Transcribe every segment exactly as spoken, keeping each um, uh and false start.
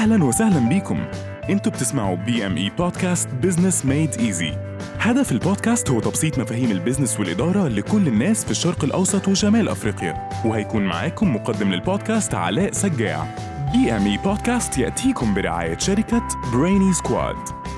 أهلاً وسهلاً بيكم. انتوا بتسمعوا بي ام اي بودكاست بزنس ميد ايزي. هدف البودكاست هو تبسيط مفاهيم البزنس والإدارة لكل الناس في الشرق الأوسط وشمال أفريقيا. وهيكون معاكم مقدم للبودكاست علاء سجاع. بي ام اي بودكاست يأتيكم برعاية شركة بريني سكواد.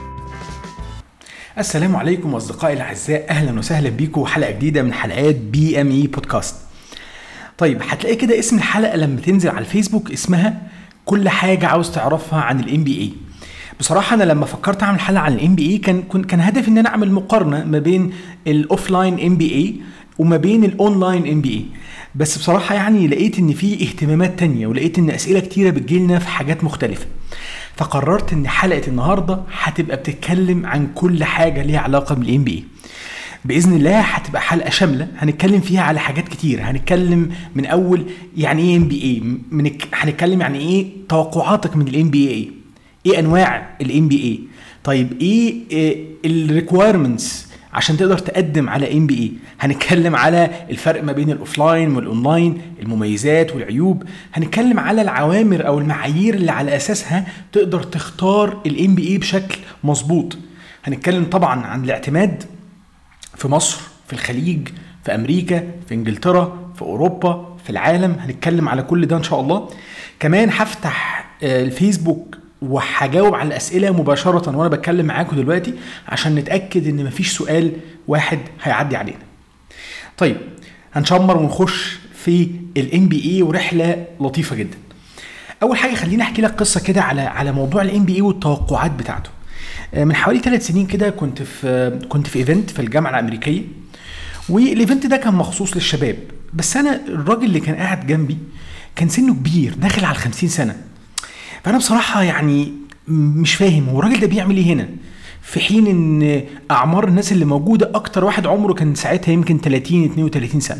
السلام عليكم أصدقائي الأعزاء، أهلا وسهلا بيكم حلقة جديدة من حلقات بي ام اي بودكاست. طيب هتلاقي كده اسم الحلقة لما تنزل على الفيسبوك اسمها كل حاجة عاوز تعرفها عن الام بي اي. بصراحة أنا لما فكرت أعمل حلقة عن الام بي اي كان كان هدفي إن أنا أعمل مقارنة ما بين الأوفلاين ام بي اي وما بين الأونلاين ام بي اي، بس بصراحة يعني لقيت إن في اهتمامات تانية ولقيت إن أسئلة كتيرة بتجيلنا في حاجات مختلفة، فقررت إن حلقة النهاردة هتبقى بتتكلم عن كل حاجة ليها علاقة بالام بي اي. بإذن الله هتبقى حلقة شاملة هنتكلم فيها على حاجات كتير. هنتكلم من أول يعني إيه ام بي اي، من هنتكلم يعني إيه توقعاتك من الام بي اي، إيه أنواع الام بي اي، طيب إيه الريكويرمنتس عشان تقدر تقدم على ام بي اي. هنتكلم على الفرق ما بين الأوفلاين والأونلاين، المميزات والعيوب. هنتكلم على العوامر أو المعايير اللي على أساسها تقدر تختار الام بي اي بشكل مظبوط. هنتكلم طبعا عن الاعتماد في مصر، في الخليج، في أمريكا، في إنجلترا، في أوروبا، في العالم. هنتكلم على كل ده إن شاء الله. كمان هفتح الفيسبوك وهجاوب على الأسئلة مباشرة وأنا بتكلم معاكم دلوقتي عشان نتأكد إن مفيش سؤال واحد هيعدي علينا. طيب هنشمر ونخش في الام بي اي ورحلة لطيفة جدا. أول حاجة خليني أحكي لك قصة كده على على موضوع الام بي اي والتوقعات بتاعته. من حوالي ثلاث سنين كده كنت في كنت في ايفنت في الجامعه الامريكيه، والايفنت ده كان مخصوص للشباب، بس انا الراجل اللي كان قاعد جنبي كان سنه كبير داخل على الخمسين سنه. فانا بصراحه يعني مش فاهم هو الراجل ده بيعمل ايه هنا، في حين ان اعمار الناس اللي موجوده اكتر واحد عمره كان ساعتها يمكن ثلاثين اثنين وثلاثين سنه.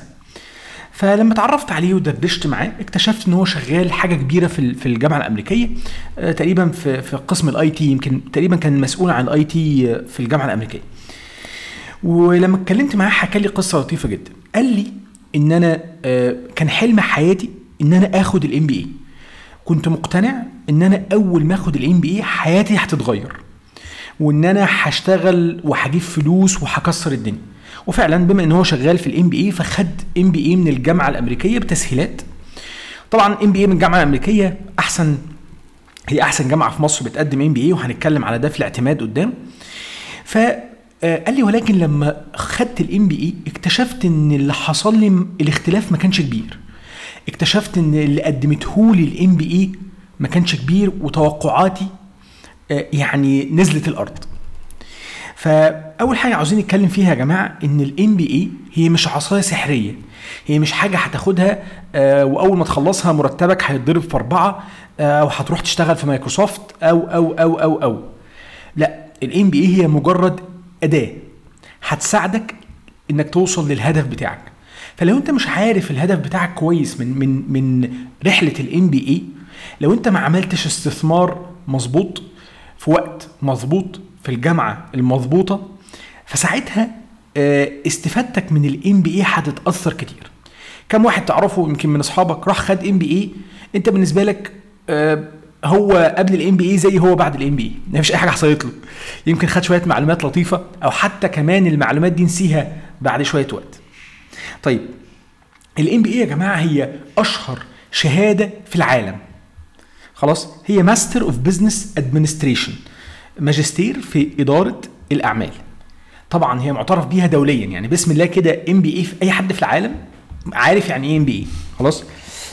فلما اتعرفت عليه ودردشت معاه اكتشفت ان هو شغال حاجه كبيره في في الجامعه الامريكيه، آه تقريبا في في قسم الاي تي، يمكن تقريبا كان مسؤول عن الاي تي في الجامعه الامريكيه. ولما اتكلمت معاه حكى لي قصه لطيفه جدا. قال لي ان انا آه كان حلم حياتي ان انا اخد الام بي اي. كنت مقتنع ان انا اول ما اخد الام بي اي حياتي هتتغير، وان انا هشتغل وهجيب فلوس وهكسر الدنيا. وفعلا بما ان هو شغال في الام بي اي فخد ام بي اي من الجامعه الامريكيه بتسهيلات. طبعا ام بي اي من الجامعه الامريكيه احسن، هي احسن جامعه في مصر بتقدم ام بي اي، وهنتكلم على ده في الاعتماد قدام. فقال لي ولكن لما خدت الام بي اي اكتشفت ان اللي حصل لي الاختلاف ما كانش كبير. اكتشفت ان اللي قدمته لي الام بي اي ما كانش كبير، وتوقعاتي يعني نزلت الارض. فاول حاجه عاوزين نتكلم فيها يا جماعه ان الام بي اي هي مش عصايه سحريه، هي مش حاجه هتاخدها آه واول ما تخلصها مرتبك هيتضرب في اربعه آه وهتروح تشتغل في مايكروسوفت او او او او او لا. الام بي اي هي مجرد اداه هتساعدك انك توصل للهدف بتاعك. فلو انت مش عارف الهدف بتاعك كويس من من من رحله الام بي اي، لو انت ما عملتش استثمار مظبوط في وقت مظبوط في الجامعة المضبوطة، فساعتها استفادتك من الام بي اي هتتأثر كتير. كم واحد تعرفه يمكن من اصحابك راح خد ام بي اي، انت بالنسبة لك هو قبل الام بي اي زي هو بعد الام بي اي، مفيش اي حاجة حصلت له. يمكن خد شوية معلومات لطيفة او حتى كمان المعلومات دي نسيها بعد شوية وقت. طيب الام بي اي يا جماعة هي اشهر شهادة في العالم، خلاص، هي ماستر اوف بزنس ادمنستريشن، ماجستير في إدارة الأعمال. طبعا هي معترف بيها دوليا، يعني بسم الله كده ام بي اي في اي حد في العالم عارف يعني ايه ام بي اي. خلاص،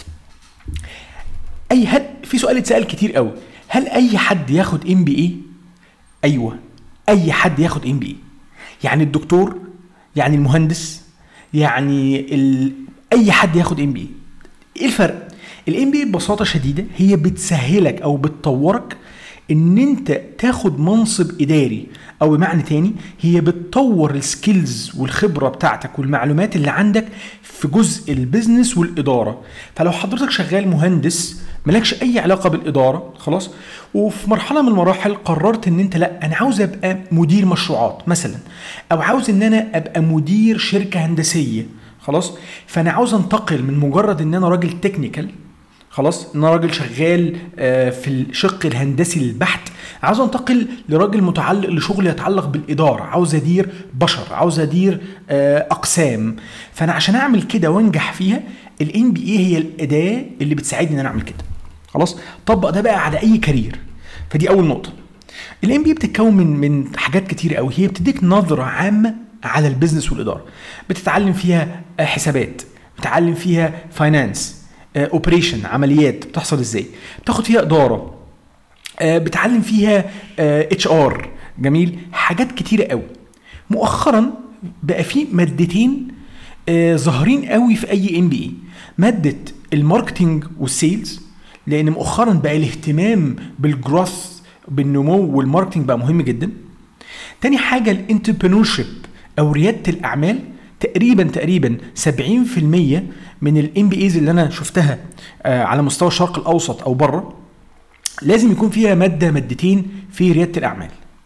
اي حد. في سؤال اتسأل كتير قوي، هل اي حد ياخد ام بي اي؟ ايوه، اي حد ياخد ام بي اي، يعني الدكتور، يعني المهندس، يعني ال... اي حد ياخد ام بي اي. ايه الفرق؟ الام بي اي ببساطه شديده هي بتسهلك او بتطورك ان انت تاخد منصب اداري، او بمعنى تاني هي بتطور السكيلز والخبرة بتاعتك والمعلومات اللي عندك في جزء البيزنس والادارة. فلو حضرتك شغال مهندس ملكش اي علاقة بالادارة، خلاص، وفي مرحلة من المراحل قررت ان انت لا انا عاوز ابقى مدير مشروعات مثلا، او عاوز ان انا ابقى مدير شركة هندسية، خلاص، فانا عاوز انتقل من مجرد ان انا راجل تكنيكال خلاص انا راجل شغال في الشق الهندسي للبحث، عاوز انتقل لراجل متعلق لشغل يتعلق بالاداره، عاوز ادير بشر، عاوز ادير اقسام. فانا عشان اعمل كده وانجح فيها الام بي اي هي الاداه اللي بتساعدني ان انا اعمل كده. خلاص طبق ده بقى على اي كارير. فدي اول نقطه. الام بي بتتكون من من حاجات كتير قوي، هي بتديك نظره عامه على البيزنس والاداره. بتتعلم فيها حسابات، بتتعلم فيها فاينانس، اوبريشن، عمليات بتحصل ازاي، بتاخد فيها اداره، بتعلم فيها اتش ار، جميل، حاجات كتيره قوي. مؤخرا بقى في مادتين ظاهرين قوي في اي ام بي، ماده الماركتنج والسيلز، لان مؤخرا بقى الاهتمام بالجروث بالنمو والماركتنج بقى مهم جدا. تاني حاجه الانتربرينورشيب او رياده الاعمال. تقريبا تقريبا سبعين في المية من الام بي ايز اللي انا شفتها على مستوى الشرق الاوسط او بره لازم يكون فيها ماده مادتين في رياده الاعمال.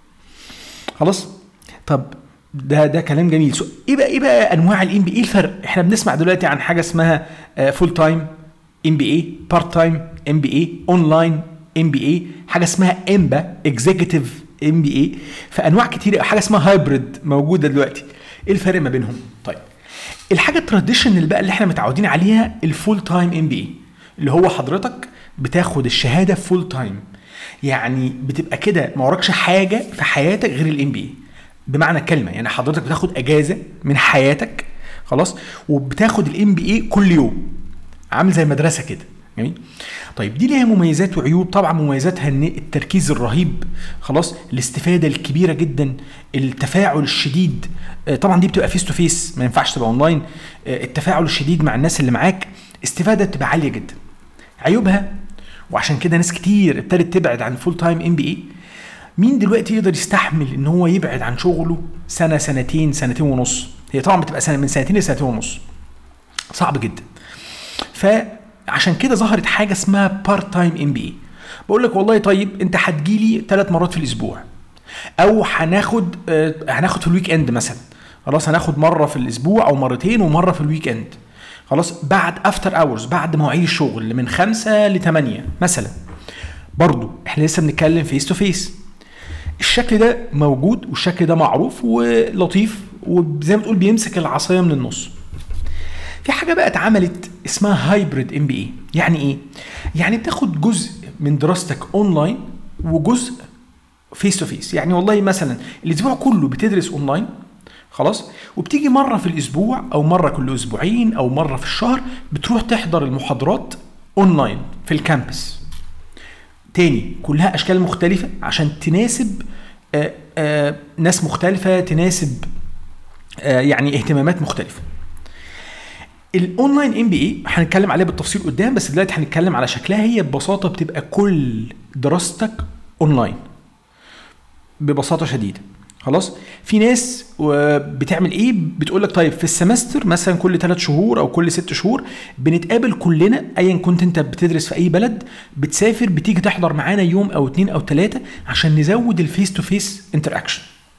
خلاص طب ده ده كلام جميل. سو ايه بقى ايه بقى انواع الام بي اي؟ الفرق احنا بنسمع دلوقتي عن حاجه اسمها فول تايم ام بي اي، بارت تايم ام بي اي، اونلاين ام بي اي، حاجه اسمها امبا اكزيكتيف ام بي اي. فانواع كتير، حاجه اسمها هايبريد موجوده دلوقتي. ايه الفرق ما بينهم؟ طيب الحاجه التراديشنال بقى اللي احنا متعودين عليها الفول تايم ام بي اي، اللي هو حضرتك بتاخد الشهاده فول تايم، يعني بتبقى كده ما وراكش حاجه في حياتك غير الام بي اي بمعنى الكلمه. يعني حضرتك بتاخد اجازه من حياتك خلاص، وبتاخد الام بي اي كل يوم، عامل زي مدرسه كده. جميل. طيب دي ليها مميزات وعيوب. طبعا مميزاتها ان التركيز الرهيب، خلاص، الاستفاده الكبيره جدا، التفاعل الشديد. طبعا دي بتبقى فيس تو فيس، ما ينفعش تبقى اونلاين. التفاعل الشديد مع الناس اللي معاك، استفاده بتبقى عاليه جدا. عيوبها، وعشان كده ناس كتير ابتدت تبعد عن فول تايم ام بي اي. مين دلوقتي يقدر يستحمل ان هو يبعد عن شغله سنه سنتين سنتين ونص؟ هي طبعا بتبقى سنه من سنتين لسنتين ونص، صعب جدا. فعشان كده ظهرت حاجه اسمها بارت تايم ام بي اي. بقول لك والله طيب انت هتجيلي ثلاث مرات في الاسبوع، او هناخد آه هناخد في الويك اند مثلا، خلاص هناخد مره في الاسبوع او مرتين ومره في الويك اند، خلاص بعد افتر اورز، بعد مواعيد الشغل من خمسة لثمانية مثلا. برضو احنا لسه بنتكلم فيس تو فيس. الشكل ده موجود والشكل ده معروف ولطيف، وزي ما تقول بيمسك العصايه من النص. في حاجه بقى اتعملت اسمها هايبريد ام بي اي. يعني ايه؟ يعني بتاخد جزء من دراستك اونلاين وجزء فيس تو فيس. يعني والله مثلا الاسبوع كله بتدرس اونلاين خلاص، وبتيجي مره في الاسبوع او مره كل اسبوعين او مره في الشهر بتروح تحضر المحاضرات اونلاين في الكامبس. تاني كلها اشكال مختلفه عشان تناسب آآ آآ ناس مختلفه، تناسب يعني اهتمامات مختلفه. الاونلاين ام بي اي هنتكلم عليها بالتفصيل قدام، بس دلوقتي هنتكلم على شكلها. هي ببساطه بتبقى كل دراستك اونلاين ببساطه شديده. خلاص في ناس بتعمل ايه؟ بتقول لك طيب في السمستر مثلا كل ثلاث شهور او كل ست شهور بنتقابل كلنا، ايا كنت انت بتدرس في اي بلد، بتسافر بتيجي تحضر معانا يوم او اتنين او ثلاثه عشان نزود الفيس تو فيس انتراكشن.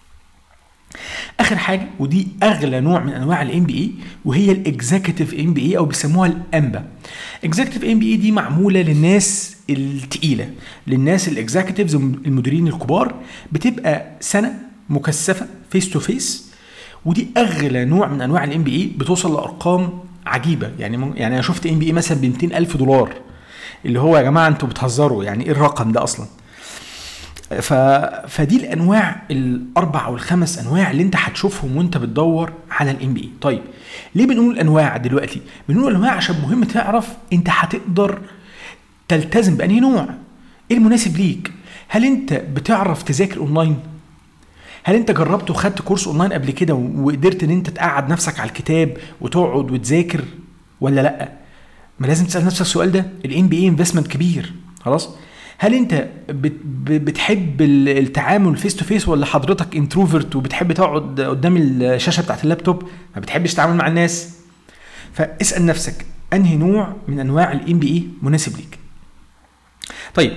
اخر حاجه ودي اغلى نوع من انواع الام بي اي، وهي الاكزيكتيف ام بي اي او بيسموها الامبا. اكزيكتيف ام بي اي دي معموله للناس التقيله، للناس الاكزيكتيفز المديرين الكبار. بتبقى سنه مكثفه فيس تو فيس، ودي اغلى نوع من انواع الام بي اي، بتوصل لارقام عجيبه. يعني يعني انا شفت ام بي اي مثلا ب مئتين ألف دولار، اللي هو يا جماعه انتوا بتهزروا، يعني ايه الرقم ده اصلا؟ ف... فدي الانواع الاربع او الخمس انواع اللي انت هتشوفهم وانت بتدور على الام بي اي. طيب ليه بنقول الانواع دلوقتي؟ بنقول الانواع عشان مهم تعرف انت هتقدر تلتزم بأنهي نوع، ايه المناسب ليك. هل انت بتعرف تذاكر اونلاين؟ هل انت جربت وخدت كورس اونلاين قبل كده وقدرت ان انت تقعد نفسك على الكتاب وتقعد وتذاكر ولا لا؟ ما لازم تسأل نفسك السؤال ده. الام بي اي انفستمنت كبير. خلاص هل انت بتحب التعامل فيس تو فيس، ولا حضرتك انتروفيرت وبتحب تقعد قدام الشاشه بتاعت اللابتوب ما بتحبش تتعامل مع الناس؟ فاسال نفسك انهي نوع من انواع الام بي اي مناسب ليك. طيب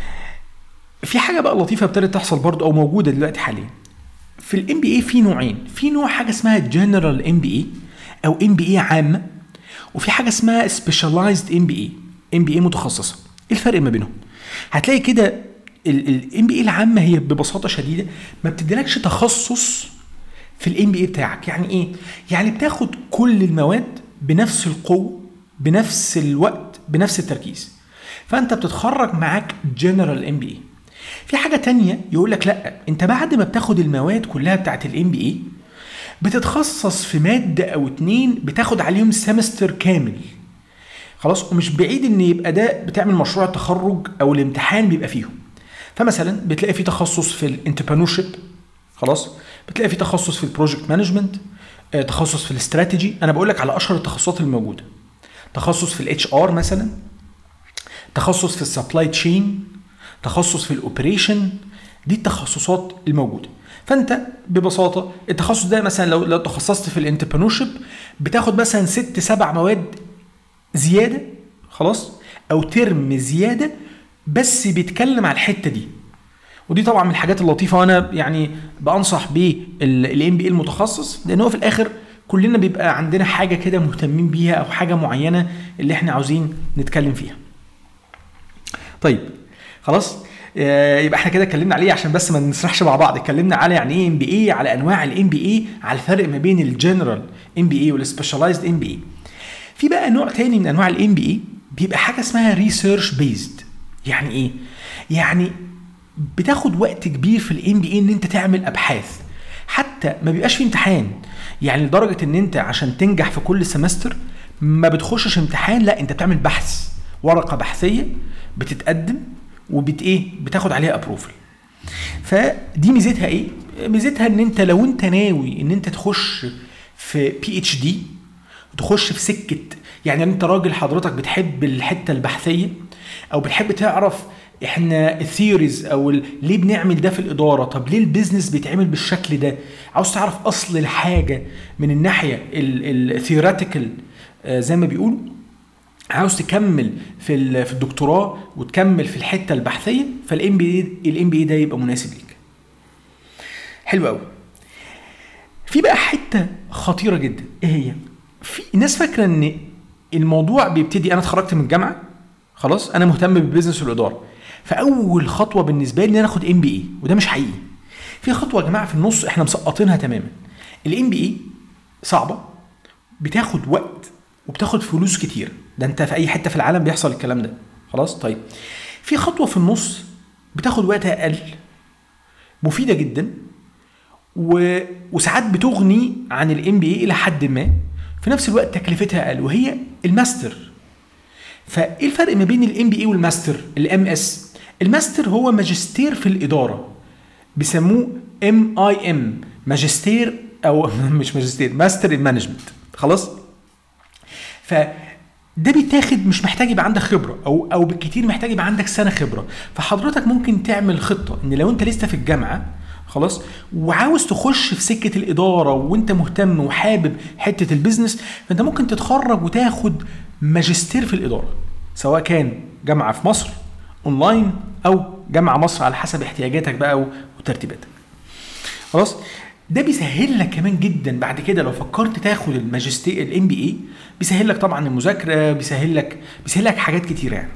في حاجه بقى لطيفه ابتدت تحصل برضو او موجوده دلوقتي حاليا في الام بي اي. في نوعين، في نوع حاجه اسمها جنرال ام بي اي او ام بي اي عامه، وفي حاجه اسمها سبيشالايزد ام بي اي ام بي اي متخصصه. ايه الفرق ما بينهم؟ هتلاقي كده الام بي اي العامه هي ببساطه شديده ما بتديلكش تخصص في الام بي اي بتاعك. يعني ايه؟ يعني بتاخد كل المواد بنفس القوه بنفس الوقت بنفس التركيز، فانت بتتخرج معاك جنرال ام بي اي. في حاجه تانية يقول لك لا، انت بعد ما بتاخد المواد كلها بتاعت الام بي اي بتتخصص في ماده او اتنين بتاخد عليهم سمستر كامل، خلاص، ومش بعيد ان يبقى ده بتعمل مشروع التخرج او الامتحان بيبقى فيهم. فمثلا بتلاقي في تخصص في الانتربرنورشيب، خلاص، بتلاقي في تخصص في البروجكت مانجمنت، تخصص في الاستراتيجي. انا بقول لك على اشهر التخصصات الموجوده. تخصص في الاتش ار مثلا، تخصص في السبلاي تشين، تخصص في الاوبريشن. دي التخصصات الموجوده. فانت ببساطه التخصص ده مثلا لو لو تخصصت في الانتربرنورشيب بتاخد مثلا ست سبع مواد زياده، خلاص، او ترم زياده بس بيتكلم على الحته دي. ودي طبعا من الحاجات اللطيفه، وانا يعني بانصح بالام بي اي المتخصص، لان هو في الاخر كلنا بيبقى عندنا حاجه كده مهتمين بيها او حاجه معينه اللي احنا عاوزين نتكلم فيها. طيب خلاص، يبقى احنا كده اتكلمنا عليه عشان بس ما نسرحش مع بعض. اتكلمنا على يعني ايه ام بي اي، على انواع الام بي اي، على الفرق ما بين الجنرال ام بي اي والسبيشالايزد ام بي اي. في بقى نوع تاني من انواع الام بي اي بيبقى حاجه اسمها ريسيرش بيزد. يعني ايه؟ يعني بتاخد وقت كبير في الام بي اي ان انت تعمل ابحاث، حتى ما بيبقاش في امتحان. يعني لدرجه ان انت عشان تنجح في كل سمستر ما بتخشش امتحان، لا انت بتعمل بحث، ورقه بحثيه بتتقدم وبت ايه بتاخد عليها ابروفل. فدي ميزتها ايه؟ ميزتها ان انت لو انت ناوي ان انت تخش في بي اتش دي، تخش في سكه، يعني انت راجل حضرتك بتحب الحته البحثيه او بتحب تعرف احنا الثيوريز او ليه بنعمل ده في الاداره، طب ليه البيزنس بيتعمل بالشكل ده، عاوز تعرف اصل الحاجه من الناحيه الثيوريتيكال زي ما بيقولوا، عاوز تكمل في في الدكتوراه وتكمل في الحته البحثيه، فالام بي اي الام بي اي ده يبقى مناسب ليك. حلو قوي. في بقى حته خطيره جدا، ايه هي؟ في ناس فاكره ان الموضوع بيبتدي انا اتخرجت من الجامعه خلاص انا مهتم بالبيزنس والاداره، فاول خطوه بالنسبه لي ان انا اخد ام بي اي، وده مش حقيقي. في خطوه يا جماعه في النص احنا مسقطينها تماما. الام بي اي صعبه، بتاخد وقت وبتاخد فلوس كتير، ده انت في اي حته في العالم بيحصل الكلام ده، خلاص. طيب في خطوه في النص بتاخد وقت اقل، مفيده جدا، و... وساعات بتغني عن الام بي اي الى حد ما، في نفس الوقت تكلفتها اقل، وهي الماستر. فايه الفرق ما بين الام بي اي والماستر؟ الام اس، الماستر هو ماجستير في الاداره، بيسموه ام اي ام، ماجستير او مش ماجستير، ماستر ان مانجمنت، خلاص. فده بيتاخد مش محتاج يبقى عندك خبره، او او بالكتير محتاج يبقى عندك سنه خبره. فحضرتك ممكن تعمل خطه ان لو انت لسه في الجامعه خلاص وعاوز تخش في سكه الاداره وانت مهتم وحابب حته البيزنس، فانت ممكن تتخرج وتاخد ماجستير في الاداره، سواء كان جامعه في مصر اونلاين او جامعه مصر على حسب احتياجاتك بقى وترتيباتك، خلاص. ده بيسهل لك كمان جدا بعد كده لو فكرت تاخد الماجستير الام بي اي، بيسهل لك طبعا المذاكره، بيسهل لك بيسهل لك حاجات كتير يعني.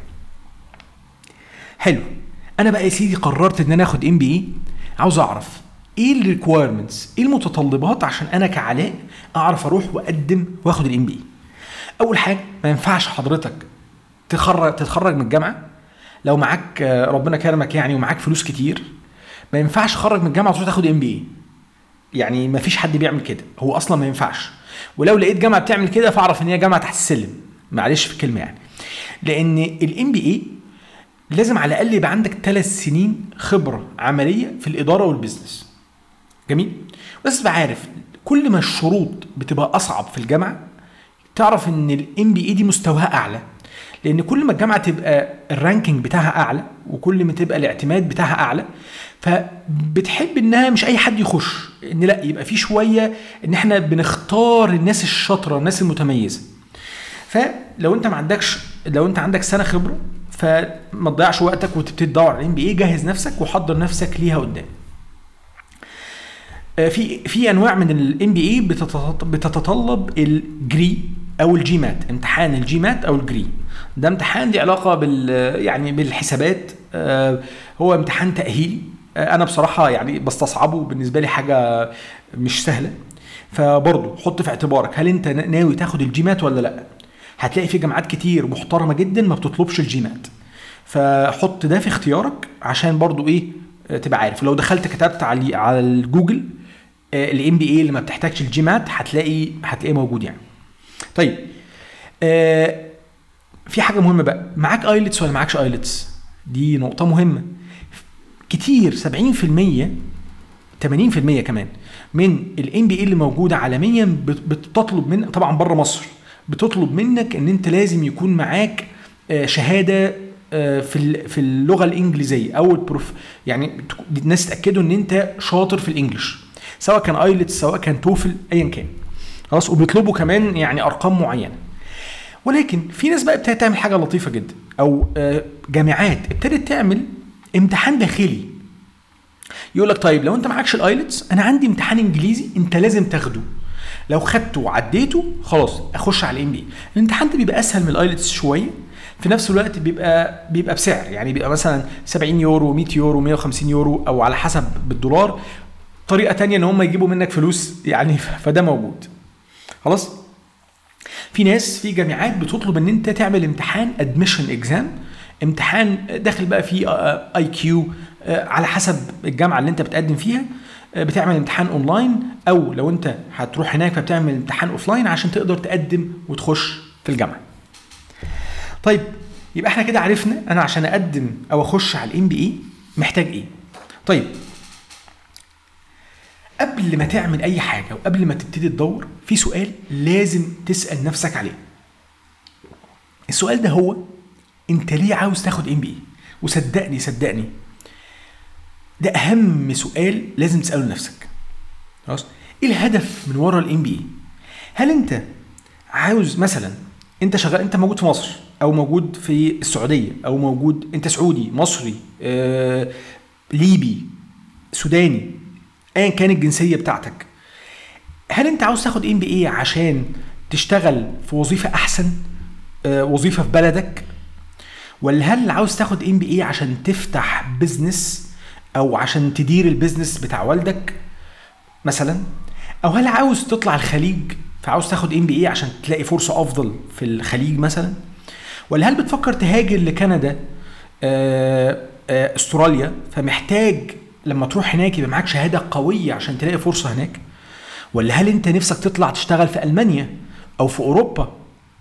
حلو. انا بقى يا سيدي قررت ان انا اخد ام بي اي، عاوز اعرف ايه الريكويرمنتس، ايه المتطلبات عشان انا كعلاء اعرف اروح واقدم واخد الام بي اي. اول حاجه، ما ينفعش حضرتك تخرج تتخرج من الجامعه لو معاك ربنا كرمك يعني ومعاك فلوس كتير، ما ينفعش تخرج من الجامعه وتروح تاخد ام بي اي. يعني ما فيش حد بيعمل كده، هو اصلا ما ينفعش. ولو لقيت جامعه بتعمل كده فاعرف ان هي جامعه تحت السلم، معلش في الكلمه يعني. لان الام بي اي لازم على الاقل يبقى عندك ثلاث سنين خبره عمليه في الاداره والبيزنس. جميل. بس تبقى عارف كل ما الشروط بتبقى اصعب في الجامعه، تعرف ان الام بي اي دي مستواها اعلى، لان كل ما الجامعه تبقى الرانكينج بتاعها اعلى وكل ما تبقى الاعتماد بتاعها اعلى، فبتحب انها مش اي حد يخش، ان لا يبقى في شويه ان احنا بنختار الناس الشاطره، الناس المتميزه. فلو انت ما عندكش لو انت عندك سنه خبره، فما تضيعش وقتك وتبتدي تدور على الام بي اي، جهز نفسك وحضر نفسك ليها قدام. في في انواع من الام بي اي بتتطلب الجري او الجي مات، امتحان الجي مات او الجري. ده امتحان ليه علاقه بال يعني بالحسابات، آه هو امتحان تاهيلي. آه انا بصراحه يعني بستصعبه، بالنسبه لي حاجه مش سهله. فبرضه حط في اعتبارك، هل انت ناوي تاخد الجي مات ولا لا؟ هتلاقي في جامعات كتير محترمه جدا ما بتطلبش الجي مات، فحط ده في اختيارك عشان برضه ايه تبقى عارف. لو دخلت كتبت على على الجوجل الام بي اي اللي ما بتحتاجش الجي مات هتلاقي هتلاقيه موجود يعني. طيب آه في حاجه مهمه بقى، معاك ايلتس ولا معاكش ايلتس؟ دي نقطه مهمه. كتير سبعين في المية ثمانين في المية كمان من الام بي اي اللي موجوده عالميا بتطلب من، طبعا بره مصر، بتطلب منك ان انت لازم يكون معاك شهاده في في اللغه الانجليزيه او البروف، يعني الناس تاكدوا ان انت شاطر في الانجليش، سواء كان ايلتس سواء كان توفل ايا كان، خلاص. وبيطلبوا كمان يعني ارقام معينه. ولكن في ناس بقى ابتدت تعمل حاجه لطيفه جدا، او جامعات ابتدت تعمل امتحان داخلي. يقول لك طيب لو انت معكش الايلتس، انا عندي امتحان انجليزي انت لازم تاخده، لو خدته وعديته خلاص اخش على الام بي. الامتحان ده بيبقى اسهل من الايلتس شويه، في نفس الوقت بيبقى بيبقى بسعر، يعني بيبقى مثلا سبعين يورو مية يورو مية وخمسين يورو، او على حسب بالدولار. طريقه تانية ان هم يجيبوا منك فلوس يعني، فده موجود خلاص. في ناس في جامعات بتطلب ان انت تعمل امتحان ادميشن اكزام، امتحان داخل بقى فيه اي كيو على حسب الجامعه اللي انت بتقدم فيها. بتعمل امتحان اونلاين، او لو انت هتروح هناك فبتعمل امتحان اوفلاين عشان تقدر تقدم وتخش في الجامعه. طيب يبقى احنا كده عرفنا انا عشان اقدم او اخش على الام بي اي محتاج ايه. طيب قبل ما تعمل اي حاجه وقبل ما تبتدي تدور، في سؤال لازم تسال نفسك عليه. السؤال ده هو انت ليه عاوز تاخد ام بي اي؟ وصدقني صدقني ده اهم سؤال لازم تساله لنفسك. خلاص، ايه الهدف من ورا الام بي اي؟ هل انت عاوز مثلا انت شغال، انت موجود في مصر او موجود في السعوديه او موجود انت سعودي مصري آه، ليبي سوداني ايا كان الجنسيه بتاعتك، هل انت عاوز تاخد ام بي اي عشان تشتغل في وظيفه احسن، آه، وظيفه في بلدك، ولا هل عاوز تاخد ام بي اي عشان تفتح بيزنس او عشان تدير البيزنس بتاع والدك مثلا، او هل عاوز تطلع الخليج فعاوز تاخد ام بي اي عشان تلاقي فرصه افضل في الخليج مثلا، ولا هل بتفكر تهاجر لكندا آه، آه، استراليا فمحتاج لما تروح هناك يبقى معاك شهاده قويه عشان تلاقي فرصه هناك، ولا هل انت نفسك تطلع تشتغل في المانيا او في اوروبا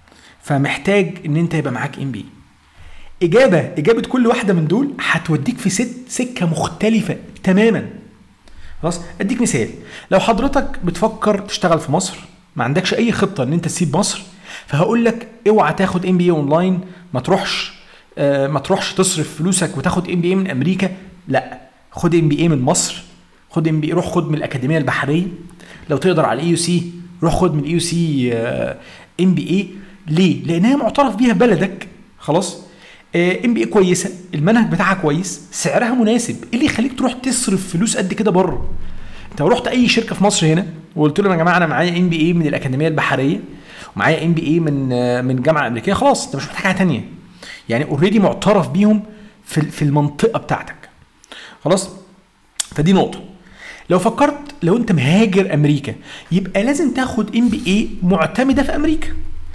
فمحتاج ان انت يبقى معاك ام بي اي؟ اجابه اجابه كل واحده من دول هتوديك في ست سكه مختلفه تماما. خلاص، اديك مثال. لو حضرتك بتفكر تشتغل في مصر، ما عندكش اي خطه ان انت تسيب مصر، فهقول لك اوعى تاخد ام بي اي اونلاين، ما تروحش آه ما تروحش تصرف فلوسك وتاخد ام بي اي من امريكا. لا، خد ام بي اي من مصر، خد ام بي اي، روح خد من الاكاديميه البحريه، لو تقدر على الاي يو سي روح خد من الاي يو سي ام بي اي. ليه؟ لانها معترف بيها في بلدك. خلاص، ام بي اي كويسه، المنهج بتاعها كويس، سعرها مناسب. ايه اللي يخليك تروح تصرف فلوس قد كده بره؟ انت لو رحت اي شركه في مصر هنا وقلت لهم يا جماعه انا معايا ام بي اي من الاكاديميه البحريه ومعايا ام بي اي من من جامعه امريكيه، خلاص انت مش محتاج حاجه ثانيه، يعني اوريدي معترف بيهم في في المنطقه بتاعتك. خلاص، فدي نقطه. لو فكرت لو انت مهاجر امريكا يبقى لازم تاخد ام بي اي معتمده في امريكا،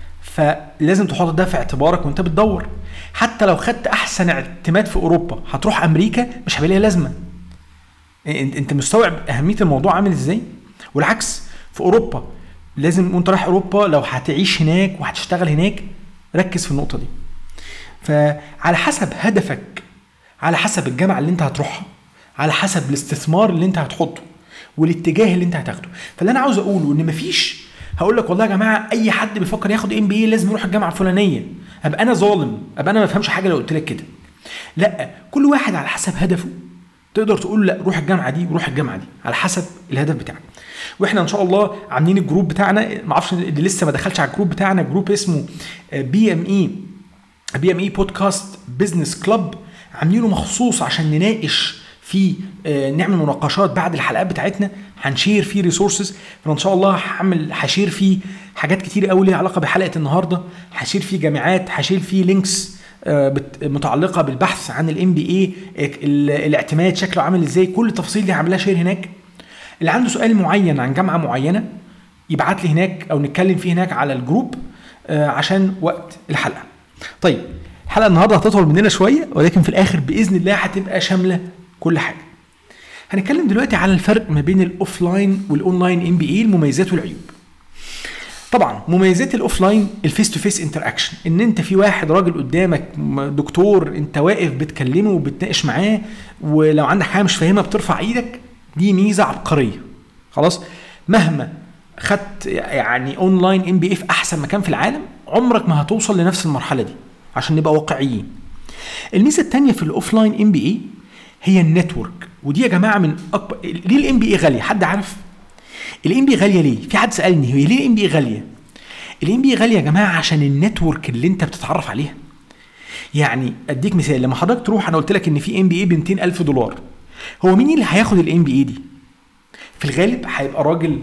فلازم تحط ده في اعتبارك وانت بتدور. حتى لو خدت احسن اعتماد في اوروبا هتروح امريكا مش هيبقى ليها لازمه. انت مستوعب اهميه الموضوع عامل ازاي؟ والعكس في اوروبا لازم وانت رايح اوروبا لو هتعيش هناك وهتشتغل هناك ركز في النقطه دي. فعلى حسب هدفك، على حسب الجامعه اللي انت هتروحها، على حسب الاستثمار اللي انت هتحطه والاتجاه اللي انت هتاخده. فاللي انا عاوز اقوله ان مفيش هقول لك والله يا جماعه اي حد بيفكر ياخد ام بي اي لازم يروح الجامعه الفلانيه، ابقى انا ظالم، ابقى انا ما بفهمش حاجه لو قلت لك كده. لا، كل واحد على حسب هدفه تقدر تقول لا روح الجامعه دي وروح الجامعه دي على حسب الهدف بتاعك. واحنا ان شاء الله عاملين الجروب بتاعنا، ما اعرفش اللي لسه ما دخلش على الجروب بتاعنا، جروب اسمه بي ام اي بي ام اي بودكاست بزنس كلاب، عاملينه مخصوص عشان نناقش في آه نعمل مناقشات بعد الحلقات بتاعتنا، هنشير فيه ريسورسز. فان شاء الله هعمل هشير فيه حاجات كتير قوي ليها علاقه بحلقه النهارده، هشير فيه جامعات، هشير فيه لينكس آه متعلقه بالبحث عن الام بي اي، الاعتماد شكله عامل ازاي، كل التفاصيل دي هعملها شير هناك. اللي عنده سؤال معين عن جامعه معينه يبعت لي هناك او نتكلم فيه هناك على الجروب آه عشان وقت الحلقه. طيب الحلقه النهارده هتطول مننا شويه، ولكن في الاخر باذن الله هتبقى شامله كل حاجه. هنتكلم دلوقتي على الفرق ما بين الاوفلاين والاونلاين ام بي اي، المميزات والعيوب. طبعا مميزات الاوفلاين الفيس تو فيس انتراكشن، ان انت في واحد راجل قدامك دكتور انت واقف بتكلمه وبتناقش معاه، ولو عندك حاجه مش فاهمها بترفع ايدك، دي ميزه عبقريه. خلاص مهما خدت يعني اونلاين ام بي اي في احسن مكان في العالم، عمرك ما هتوصل لنفس المرحله دي، عشان نبقى واقعيين. الميزه الثانيه في الاوفلاين ام بي اي هي النتورك، ودي يا جماعه من اكبر. ليه الام بي اي غاليه؟ حد عارف الام بي غاليه ليه؟ في حد سالني هي ليه الام بي غاليه؟ الام بي غاليه يا جماعه عشان النتورك اللي انت بتتعرف عليها. يعني اديك مثال، لما حضرتك تروح، انا قلت لك ان في ام بي اي ب مئتين ألف دولار، هو مين اللي هياخد الام بي اي دي؟ في الغالب هيبقى راجل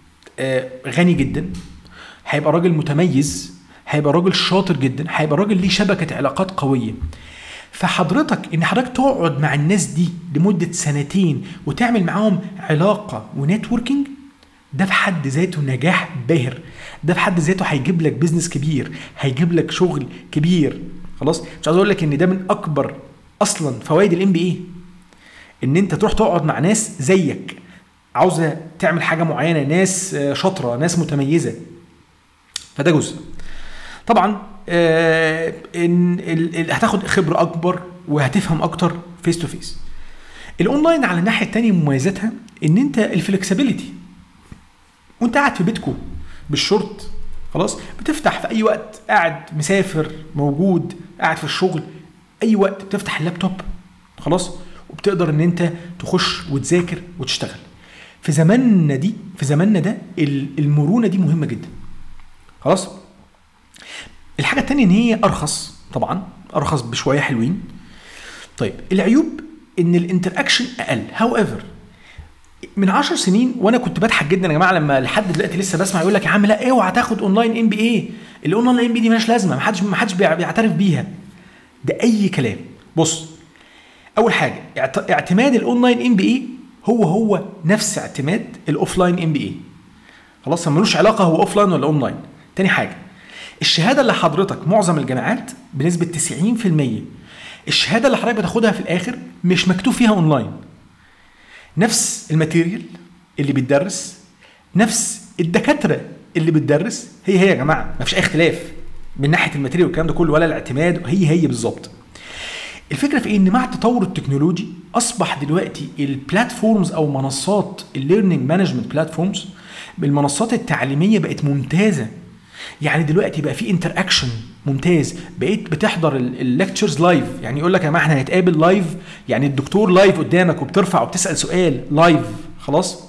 غني جدا، هيبقى راجل متميز، هيبقى راجل شاطر جدا، هيبقى راجل ليه شبكه علاقات قويه. فحضرتك ان حضرتك تقعد مع الناس دي لمده سنتين وتعمل معاهم علاقه ونتوركينج، ده في حد ذاته نجاح باهر، ده في حد ذاته هيجيب لك بيزنس كبير، هيجيب لك شغل كبير. خلاص مش عايز اقول لك ان ده من اكبر اصلا فوائد الام بي اي، ان انت تروح تقعد مع ناس زيك عاوزه تعمل حاجه معينه، ناس شاطره، ناس متميزه. فده جزء. طبعا آه ان هتاخد خبره اكبر وهتفهم اكتر فيس تو فيس. الاونلاين على الناحيه الثانيه مميزاتها ان انت الفلكسبيليتي، وانت قاعد في بيتكو بالشورت، خلاص بتفتح في اي وقت، قاعد مسافر موجود قاعد في الشغل، اي وقت بتفتح اللابتوب خلاص، وبتقدر ان انت تخش وتذاكر وتشتغل. في زماننا دي في زماننا ده المرونه دي مهمه جدا. خلاص الحاجه الثانيه ان هي ارخص، طبعا ارخص بشويه حلوين. طيب العيوب ان الانتراكشن اقل. هاو ايفر من عشر سنين وانا كنت بضحك جدا يا جماعه لما لحد دلوقتي لسه بسمع يقول لك يا عم لا اوعى تاخد اونلاين ام بي اي، الاونلاين ام بي دي مالهاش لازمه، ما حدش ما حدش بيعترف بيها. ده اي كلام. بص، اول حاجه اعتماد الاونلاين ام بي اي هو هو نفس اعتماد الاوفلاين ام بي اي. خلاص ملوش علاقه هو اوفلاين ولا اونلاين. تاني حاجه الشهاده اللي حضرتك معظم الجامعات بنسبه تسعين في المية الشهاده اللي حضرتك بتاخدها في الاخر مش مكتوب فيها اونلاين. نفس الماتيريال اللي بيتدرس، نفس الدكاتره اللي بتدرس، هي هي يا جماعه، ما فيش اي اختلاف من ناحيه الماتيريال والكلام ده كله ولا الاعتماد، هي هي بالظبط. الفكره في ان مع التطور التكنولوجي اصبح دلوقتي البلاتفورمز او منصات الليرنينج مانجمنت بلاتفورمز، المنصات التعليميه بقت ممتازه. يعني دلوقتي بقى في انتر اكشن ممتاز، بقيت بتحضر الليكتشرز لايف، يعني يقول لك يا جماعه احنا هنتقابل لايف، يعني الدكتور لايف قدامك وبترفع وبتسال سؤال لايف. خلاص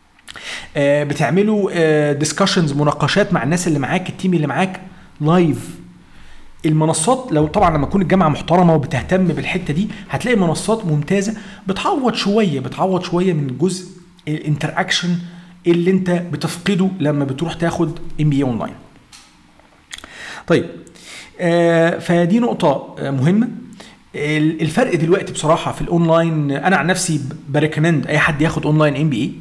آه بتعملوا آه ديسكشنز، مناقشات مع الناس اللي معاك، التيم اللي معاك لايف. المنصات لو طبعا لما تكون الجامعه محترمه وبتهتم بالحته دي هتلاقي منصات ممتازه بتعوض شويه بتعوض شويه من جزء الانتر اكشن اللي انت بتفقده لما بتروح تاخد ام بي اي اونلاين. طيب آه فدي نقطه مهمه. الفرق دلوقتي بصراحه في الاونلاين، انا عن نفسي بريكومند اي حد ياخد اونلاين ام بي اي،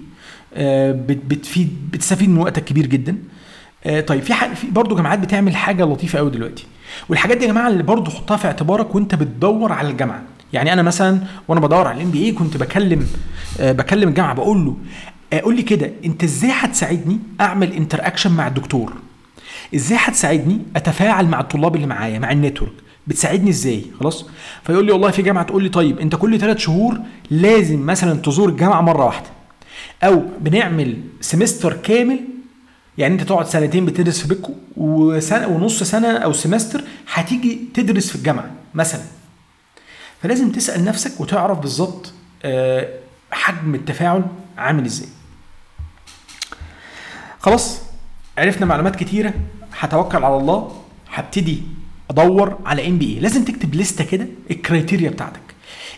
بتفيد بتستفيد من وقتك كبير جدا. آه طيب في في برضه جامعات بتعمل حاجه لطيفه قوي دلوقتي، والحاجات دي يا جماعه اللي برضه حطها في اعتبارك وانت بتدور على الجامعه. يعني انا مثلا وانا بدور على الام بي اي كنت بكلم آه بكلم الجامعه بقول له آه قول لي كده انت ازاي هتساعدني اعمل انتر اكشن مع الدكتور، ازاي هتساعدني اتفاعل مع الطلاب اللي معايا مع النتورك، بتساعدني ازاي؟ خلاص فيقول لي والله في جامعه تقول لي طيب انت كل ثلاث شهور لازم مثلا تزور الجامعه مره واحده، او بنعمل سمستر كامل، يعني انت تقعد سنتين بتدرس في بيتكو وسنه ونص سنه او سمستر هتيجي تدرس في الجامعه مثلا. فلازم تسال نفسك وتعرف بالظبط حجم التفاعل عامل ازاي. خلاص عرفنا معلومات كتيره، هتوكل على الله، هبتدي ادور على ام بي اي. لازم تكتب لسته كده الكرايتيريا بتاعتك،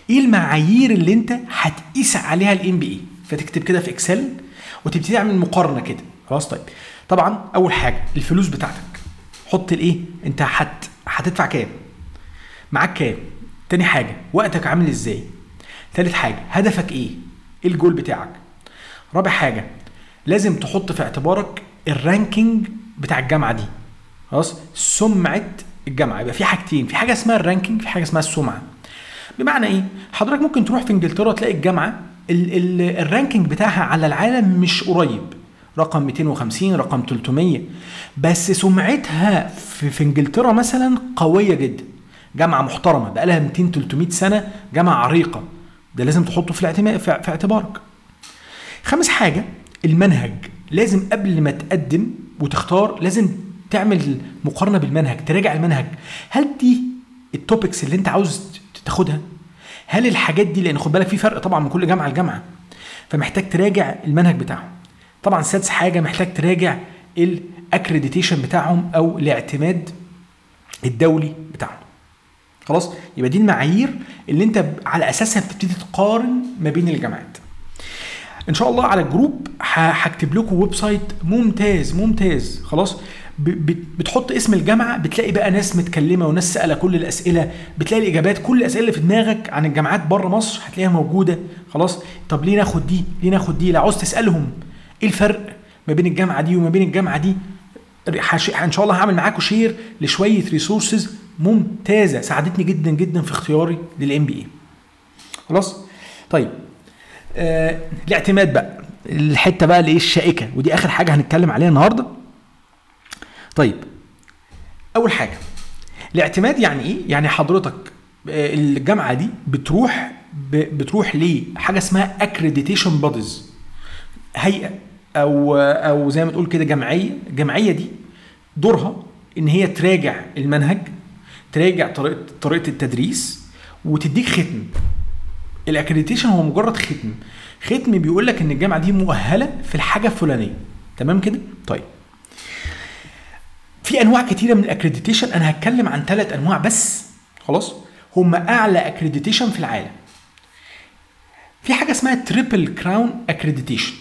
ايه المعايير اللي انت هتقيس عليها الام بي اي. فتكتب كده في اكسل وتبتدي تعمل مقارنه كده. خلاص طيب طبعا اول حاجه الفلوس بتاعتك، حط الايه انت هت هتدفع كام، معاك كام. تاني حاجه وقتك عامل ازاي. تالت حاجه هدفك ايه، ايه الجول بتاعك. رابع حاجه لازم تحط في اعتبارك الرانكينج بتاع الجامعه دي. خلاص سمعه الجامعه. يبقى في حاجتين، في حاجه اسمها الرانكينج، في حاجه اسمها السمعه. بمعنى ايه؟ حضرتك ممكن تروح في انجلترا تلاقي الجامعه ال ال الرانكينج بتاعها على العالم مش قريب، رقم مئتين وخمسين، رقم ثلاثمية، بس سمعتها في, في انجلترا مثلا قويه جدا. جامعه محترمه بقى لها مئتين ثلاثمية سنه، جامعه عريقه. ده لازم تحطه في الاعتماد في اعتبارك. خامس حاجه المنهج. لازم قبل ما تقدم وتختار لازم تعمل مقارنه بالمنهج، تراجع المنهج. هل دي التوبكس اللي انت عاوز تاخدها؟ هل الحاجات دي، لان خد بالك في فرق طبعا من كل جامعه لجامعه، فمحتاج تراجع المنهج بتاعهم. طبعا سادس حاجه محتاج تراجع الاكريديتيشن بتاعهم او الاعتماد الدولي بتاعهم. خلاص يبقى دي المعايير اللي انت على اساسها بتبتدي تقارن ما بين الجامعات. ان شاء الله على الجروب هكتب لكم ويب سايت ممتاز ممتاز. خلاص بتحط اسم الجامعه، بتلاقي بقى ناس متكلمه وناس سأله كل الاسئله، بتلاقي الاجابات كل الاسئله اللي في دماغك عن الجامعات بره مصر هتلاقيها موجوده. خلاص طب ليه ناخد دي ليه ناخد دي لو عاوز تسالهم ايه الفرق ما بين الجامعه دي وما بين الجامعه دي. ان شاء الله هعمل معاكم شير لشويه ريسورسز ممتازه ساعدتني جدا جدا في اختياري للام بي اي. خلاص طيب آه، الاعتماد بقى الحته بقى اللي ايه الشائكه، ودي اخر حاجه هنتكلم عليها النهارده. طيب اول حاجه الاعتماد يعني ايه؟ يعني حضرتك الجامعه دي بتروح بتروح لحاجه اسمها اكريديتيشن بوديز، هيئه او او زي ما تقول كده جمعيه. الجمعيه دي دورها ان هي تراجع المنهج، تراجع طريقه طريقه التدريس، وتديك ختم. الاكريديتيشن هو مجرد ختم، ختم بيقول لك ان الجامعه دي مؤهله في الحاجه الفلانيه. تمام كده؟ طيب في انواع كتيره من الاكريديتيشن، انا هتكلم عن ثلاث انواع بس. خلاص هم اعلى اكريديتيشن في العالم. في حاجه اسمها تريبل كراون اكريديتيشن،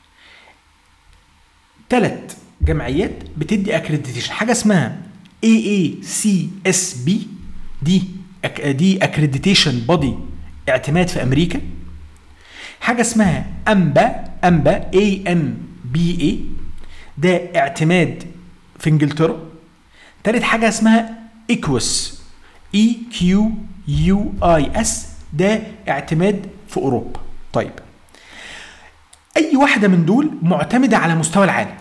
ثلاث جمعيات بتدي اكريديتيشن. حاجه اسمها إيه إيه سي إس بي، دي دي اكريديتيشن بودي اعتماد في امريكا. حاجه اسمها امبا امبا إيه إم بي إيه، ده اعتماد في انجلترا. ثالث حاجه اسمها إيكوس إي كيو يو آي إس، ده اعتماد في اوروبا. طيب اي واحده من دول معتمده على مستوى العالم.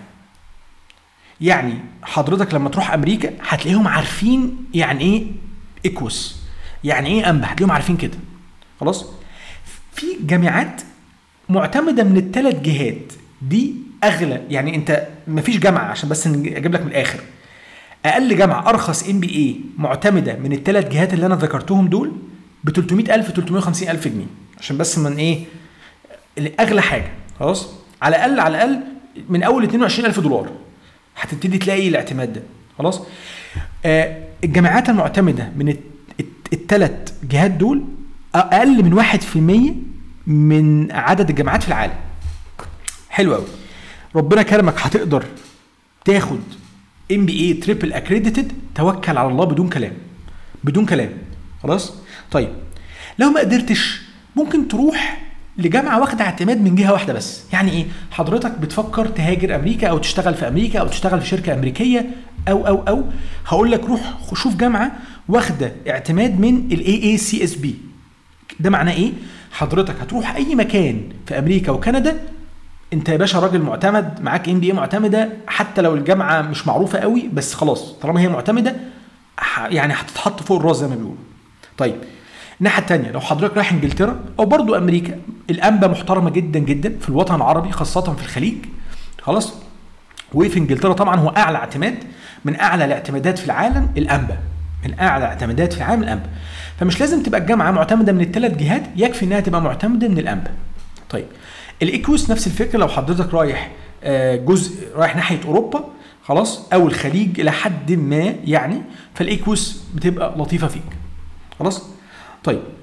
يعني حضرتك لما تروح امريكا هتلاقيهم عارفين يعني ايه إيكوس، يعني ايه امبا، هتلاقيهم عارفين كده. خلاص في جامعات معتمده من الثلاث جهات دي اغلى. يعني انت مفيش جامعه، عشان بس اجيب لك من الاخر، اقل جامعه ارخص ام بي اي معتمده من الثلاث جهات اللي انا ذكرتهم دول ب ثلاثمية ألف ثلاثمية وخمسين ألف جنيه، عشان بس من ايه اغلى حاجه. خلاص على الاقل على الاقل من اول اثنين وعشرين ألف دولار هتبتدي تلاقي الاعتماد ده. خلاص آه الجامعات المعتمده من الثلاث جهات دول اقل من واحد في المية من عدد الجامعات في العالم. حلو قوي، ربنا كرمك هتقدر تاخد ام بي اي تريبل اكريديتد، توكل على الله بدون كلام بدون كلام. خلاص طيب لو ما قدرتش ممكن تروح لجامعه واخده اعتماد من جهه واحده بس. يعني ايه؟ حضرتك بتفكر تهاجر امريكا او تشتغل في امريكا او تشتغل في شركه امريكيه او او او هقول لك روح شوف جامعه واخده اعتماد من الاي اي سي اس بي. ده معناه ايه؟ حضرتك هتروح اي مكان في امريكا وكندا، انت يا باشا راجل معتمد، معاك ام بي اي معتمده، حتى لو الجامعه مش معروفه قوي بس خلاص طالما هي معتمده يعني هتتحط فوق الراس زي ما بيقولوا. طيب الناحيه الثانيه لو حضرتك رايح انجلترا او برضو امريكا، الانبا محترمه جدا جدا في الوطن العربي خاصه في الخليج. خلاص وفي انجلترا طبعا هو اعلى اعتماد من اعلى الاعتمادات في العالم، الانبا من اعلى اعتمادات في العالم الانبا. فمش لازم تبقى الجامعه معتمده من الثلاث جهات، يكفي انها تبقى معتمده من الانبا. طيب الايكوس نفس الفكره، لو حضرتك رايح جزء رايح ناحيه اوروبا خلاص او الخليج الى حد ما يعني، فالايكوس بتبقى لطيفه فيك. خلاص طيب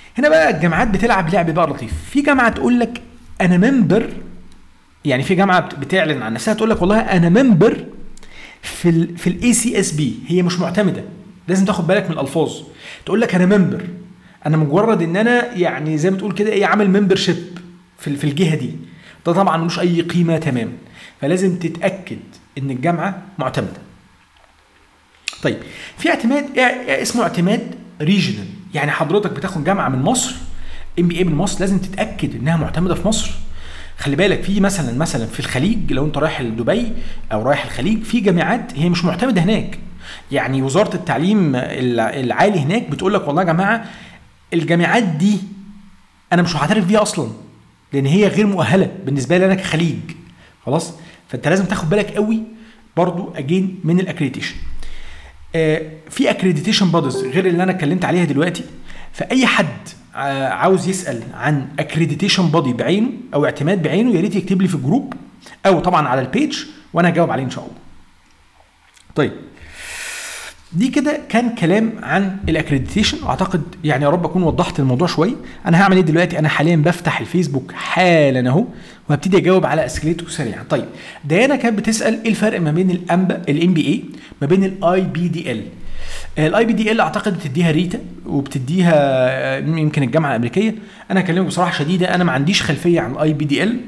هنا بقى الجامعات بتلعب لعب بقى لطيف. في جامعه تقول لك انا ممبر، يعني في جامعه بتعلن عن نفسها تقول لك والله انا ممبر في ال في الاي سي اس بي، هي مش معتمده، لازم تاخد بالك من الالفاظ. تقول لك انا ممبر، انا مجرد ان انا يعني زي ما تقول كده ايه عامل ممبرشيب في في الجهه دي، ده طبعا ملوش اي قيمه تماما. فلازم تتاكد ان الجامعه معتمده. طيب في اعتماد اسمه اعتماد ريجنال، يعني حضرتك بتاخد جامعه من مصر، ام بي اي من مصر، لازم تتاكد انها معتمده في مصر. خلي بالك في مثلا مثلا في الخليج، لو انت رايح لدبي او رايح الخليج، في جامعات هي مش معتمده هناك. يعني وزاره التعليم العالي هناك بتقول لك والله يا جماعه الجامعات دي انا مش هعترف بيها اصلا، لان هي غير مؤهله بالنسبه لي انا كخليج. خلاص، فانت لازم تاخد بالك قوي برضو اجين من الاكريديتيشن. آه في اكريديتيشن بوديز غير اللي انا اتكلمت عليها دلوقتي. فاي حد آه عاوز يسال عن اكريديتيشن بودي بعينه او اعتماد بعينه، يا ريت يكتب لي في الجروب او طبعا على البيج وانا هجاوب عليه ان شاء الله. طيب دي كده كان كلام عن الاكريديتيشن، اعتقد يعني يا رب اكون وضحت الموضوع شويه. انا هعمل ايه دلوقتي؟ انا حاليا بفتح الفيسبوك حالا اهو وهبتدي اجاوب على اسئلتكم سريعا. طيب ديانا كانت بتسال ايه الفرق ما بين الامبا الام بي اي ما بين الاي بي دي ال. الاي بي دي ال اعتقد بتديها ريتا وبتديها يمكن الجامعه الامريكيه. انا هكلمك بصراحه شديده، انا ما عنديش خلفيه عن الاي بي دي ال.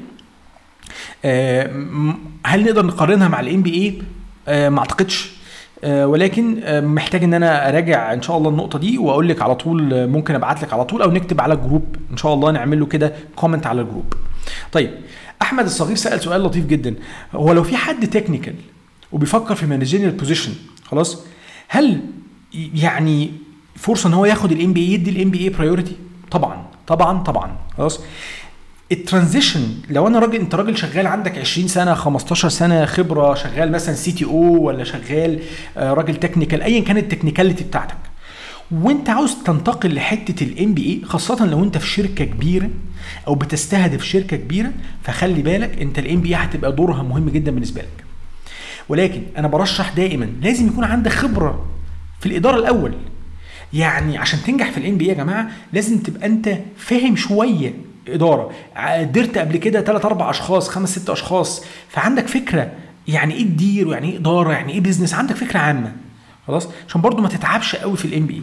هل نقدر نقارنها مع الام بي اي؟ ما اعتقدش، ولكن محتاج ان انا اراجع ان شاء الله النقطه دي واقول لك على طول. ممكن ابعت لك على طول او نكتب على الجروب ان شاء الله، نعمل له كده كومنت على الجروب. طيب احمد الصغير سال سؤال لطيف جدا، هو لو في حد تكنيكال وبيفكر في مانجيريال بوزيشن خلاص، هل يعني فرصه ان هو ياخد الام بي اي، يدي الام بي اي برايورتي؟ طبعا طبعا طبعا. خلاص الترانزيشن، لو انا راجل، انت راجل شغال عندك عشرين سنه خمستاشر سنه خبره، شغال مثلا سي تي او ولا شغال راجل تكنيكال، ايا كانت التكنيكاليتي بتاعتك، وانت عاوز تنتقل لحته الام بي اي، خاصه لو انت في شركه كبيره او بتستهدف شركه كبيره، فخلي بالك انت الام بي اي هتبقى دورها مهم جدا بالنسبه لك. ولكن انا برشح دائما لازم يكون عندك خبره في الاداره الاول. يعني عشان تنجح في الام بي اي يا جماعه لازم تبقى انت فاهم شويه اداره، قدرت قبل كده ثلاثة أربعة اشخاص، خمس ست اشخاص، فعندك فكره يعني ايه تدير ويعني ايه اداره، يعني ايه بيزنس، عندك فكره عامه. خلاص عشان برضو ما تتعبش قوي في الام بي اي.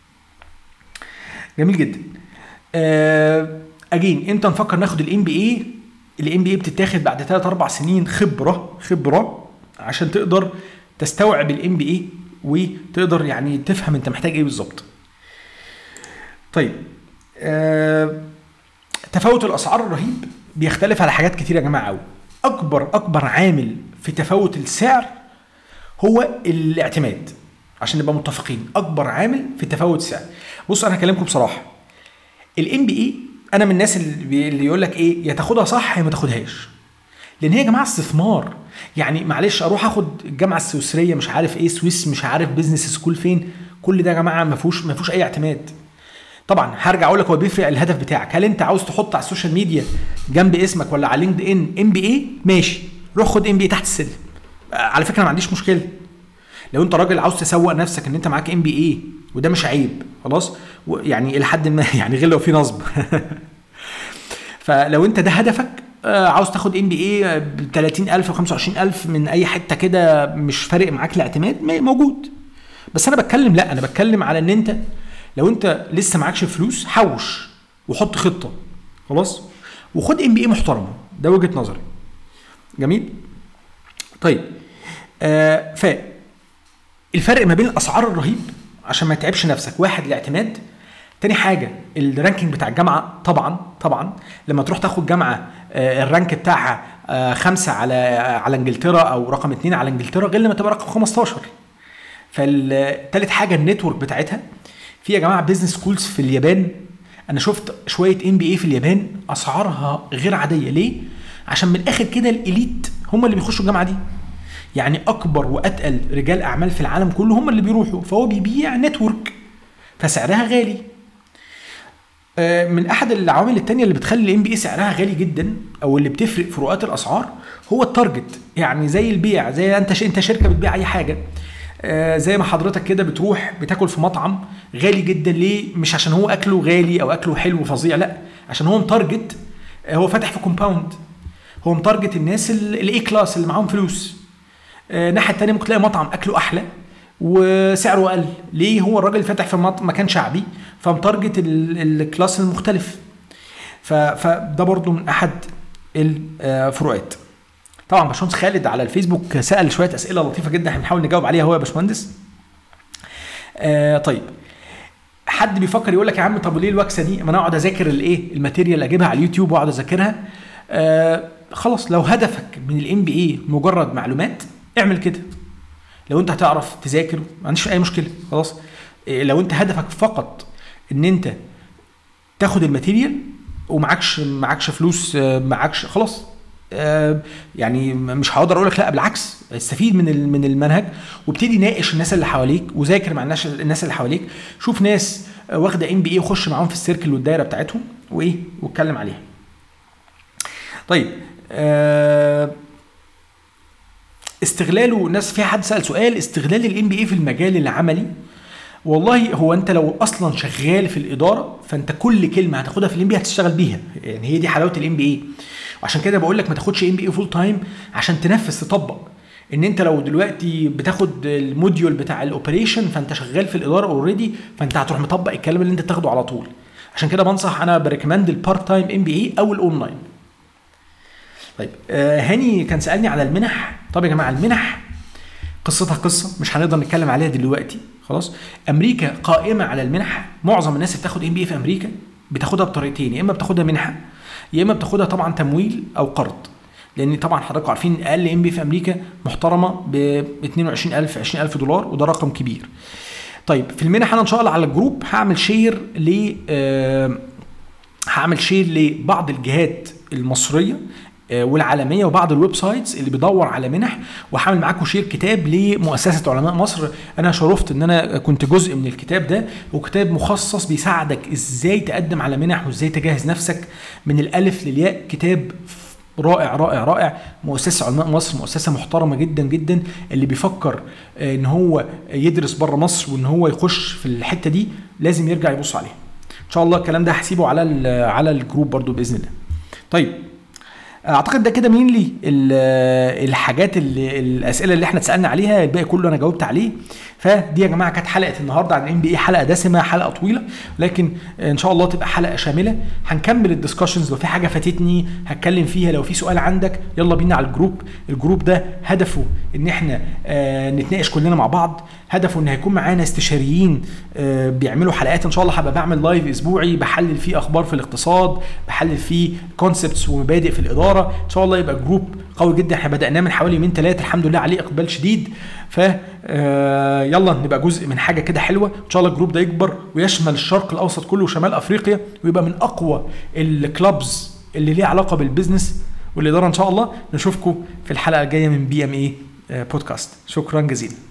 جميل جدا. آه اجين امتى نفكر ناخد الام بي اي؟ الام بي اي بتتاخد بعد ثلاثة أربعة سنين خبره خبره عشان تقدر تستوعب الام بي اي وتقدر يعني تفهم انت محتاج ايه بالظبط. طيب آه تفاوت الاسعار الرهيب بيختلف على حاجات كتير يا جماعه قوي. اكبر اكبر عامل في تفاوت السعر هو الاعتماد، عشان نبقى متفقين. اكبر عامل في تفاوت السعر، بص انا هكلمكم بصراحه، الام بي اي انا من الناس اللي, اللي يقول لك ايه، يا تاخدها صح يا ما تاخدهاش، لان هي يا جماعه استثمار. يعني معلش اروح اخد الجامعه السويسريه مش عارف ايه، سويس مش عارف بيزنس سكول فين، كل ده يا جماعه ما فيهوش ما فيهوش اي اعتماد. طبعا هرجع اقول لك هو بيفرق الهدف بتاعك، هل انت عاوز تحط على السوشيال ميديا جنب اسمك ولا على لينكد ان ام بي اي؟ ماشي، روح خد ام بي اي تحت السلم، على فكره ما عنديش مشكله. لو انت راجل عاوز تسوق نفسك ان انت معاك ام بي اي وده مش عيب، خلاص يعني الى حد ما يعني غير لو في نصب فلو انت ده هدفك عاوز تاخد ام بي اي ب ثلاثين ألف و خمسة وعشرين ألف من اي حته كده، مش فارق معاك الاعتماد، موجود. بس انا بتكلم، لا انا بتكلم على ان انت لو انت لسه معاكش فلوس، حوش وحط خطه خلاص وخد ام بي اي محترمه، ده وجهه نظري. جميل. طيب آه ف الفرق ما بين الاسعار الرهيب عشان ما يتعبش نفسك، واحد الاعتماد، تاني حاجه الرانكينج بتاع الجامعه. طبعا طبعا لما تروح تاخد جامعه آه الرانك بتاعها آه خمسة على آه على انجلترا او رقم اتنين على انجلترا غير لما تبقى رقم خمستاشر. فالتالت حاجه النتورك بتاعتها. في يا جماعه بيزنس سكولز في اليابان، انا شفت شويه ام بي اي في اليابان اسعارها غير عاديه. ليه؟ عشان من الاخر كده الاليت هم اللي بيخشوا الجامعه دي، يعني اكبر واتقل رجال اعمال في العالم كله هم اللي بيروحوا، فهو بيبيع نتورك فسعرها غالي. من احد العوامل التانية اللي بتخلي الام بي اي سعرها غالي جدا او اللي بتفرق فروقات الاسعار هو التارجت. يعني زي البيع، زي انت انت شركه بتبيع اي حاجه، آه زي ما حضرتك كده بتروح بتاكل في مطعم غالي جدا، ليه؟ مش عشان هو اكله غالي او اكله حلو فظيع، لا، عشان هو متارجت، آه هو فاتح في كومباوند، هو متارجت الناس الاي كلاس اللي معاهم فلوس. آه ناحيه تانية ممكن تلاقي مطعم اكله احلى وسعره اقل، ليه؟ هو الراجل فاتح في مكان شعبي فمتارجت الكلاس المختلف. فده برضو من احد الفروقات. طبعا باشمهندس خالد على الفيسبوك سأل شويه اسئله لطيفه جدا، هنحاول نجاوب عليها هو يا باشمهندس. آه طيب، حد بيفكر يقول لك يا عم طب ليه الوكسه دي؟ ما انا اقعد اذاكر الايه الماتيريال اجيبها على اليوتيوب واقعد اذاكرها. آه خلاص، لو هدفك من الام بي اي مجرد معلومات اعمل كده. لو انت هتعرف تذاكر ما عنديش اي مشكله، خلاص. آه لو انت هدفك فقط ان انت تاخد الماتيريال ومعكش معكش فلوس، آه معكش، خلاص، آه يعني مش هقدر اقول لك لا، بالعكس، استفيد من من المنهج وابتدي ناقش الناس اللي حواليك وذاكر مع الناس الناس اللي حواليك. شوف ناس واخده ام بي اي وخش معاهم في السيركل والدايره بتاعتهم وايه واتكلم عليها. طيب، آه استغلاله، ناس في حد سأل سؤال استغلال الام بي اي في المجال العملي. والله هو انت لو اصلا شغال في الاداره فانت كل كلمه هتاخدها في الام بي اي هتشتغل بيها، يعني هي دي حلاوه الام بي اي. وعشان كده بقول لك ما تاخدش ام بي اي فول تايم عشان تنفذ تطبق. ان انت لو دلوقتي بتاخد الموديول بتاع الاوبريشن فانت شغال في الاداره اوريدي، فانت هتروح مطبق الكلام اللي انت تاخده على طول. عشان كده بنصح، انا بريكومند البارت تايم ام بي اي او الاونلاين. طيب، آه هاني كان سالني على المنح. طب يا جماعه المنح قصتها قصه مش هنقدر نتكلم عليها دلوقتي، خلاص. امريكا قائمه على المنح. معظم الناس اللي بتاخد ام بي اي في امريكا بتاخدها بطريقتين، يا اما بتاخدها منحه يا اما بتاخدها طبعا تمويل او قرض. لان طبعا حضراتكم عارفين اقل ام بي في امريكا محترمه ب اتنين وعشرين ألف عشرين ألف دولار، وده رقم كبير. طيب، في المنح انا ان شاء الله على الجروب هعمل شير ل آه هعمل شير لبعض الجهات المصريه والعالميه وبعض الويب سايتس اللي بيدور على منح، وهعمل معاكم شير كتاب لمؤسسه علماء مصر. انا شرفت ان انا كنت جزء من الكتاب ده، وكتاب مخصص بيساعدك ازاي تقدم على منح وازاي تجهز نفسك من الالف للياء. كتاب رائع رائع رائع. مؤسسه علماء مصر مؤسسه محترمه جدا جدا، اللي بيفكر ان هو يدرس بره مصر وان هو يخش في الحته دي لازم يرجع يبص عليها. ان شاء الله الكلام ده هسيبه على على الجروب برضو باذن الله. طيب، اعتقد ده كده مين لي الحاجات اللي الاسئله اللي احنا اتسالنا عليها، الباقي كله انا جاوبت عليه. فدي يا جماعه كانت حلقه النهارده عن ام بي اي، حلقه دسمه، حلقه طويله، لكن ان شاء الله تبقى حلقه شامله. هنكمل الدسكشنز، لو في حاجه فاتتني هتكلم فيها، لو في سؤال عندك يلا بينا على الجروب. الجروب ده هدفه ان احنا آه نتناقش كلنا مع بعض، هدفه ان هيكون معانا استشاريين آه بيعملوا حلقات. ان شاء الله هبقى بعمل لايف اسبوعي بحلل فيه اخبار في الاقتصاد، بحلل فيه كونسبتس ومبادئ في الاداره. ان شاء الله يبقى جروب قوي جدا. احنا بدأناه من حوالي يومين ثلاثه، الحمد لله عليه اقبال شديد. ف يلا نبقى جزء من حاجه كده حلوه. ان شاء الله الجروب ده يكبر ويشمل الشرق الاوسط كله وشمال افريقيا، ويبقى من اقوى الكلابز اللي ليها علاقه بالبيزنس والاداره. ان شاء الله نشوفكم في الحلقه الجايه من بي ام اي بودكاست. شكرا جزيلا.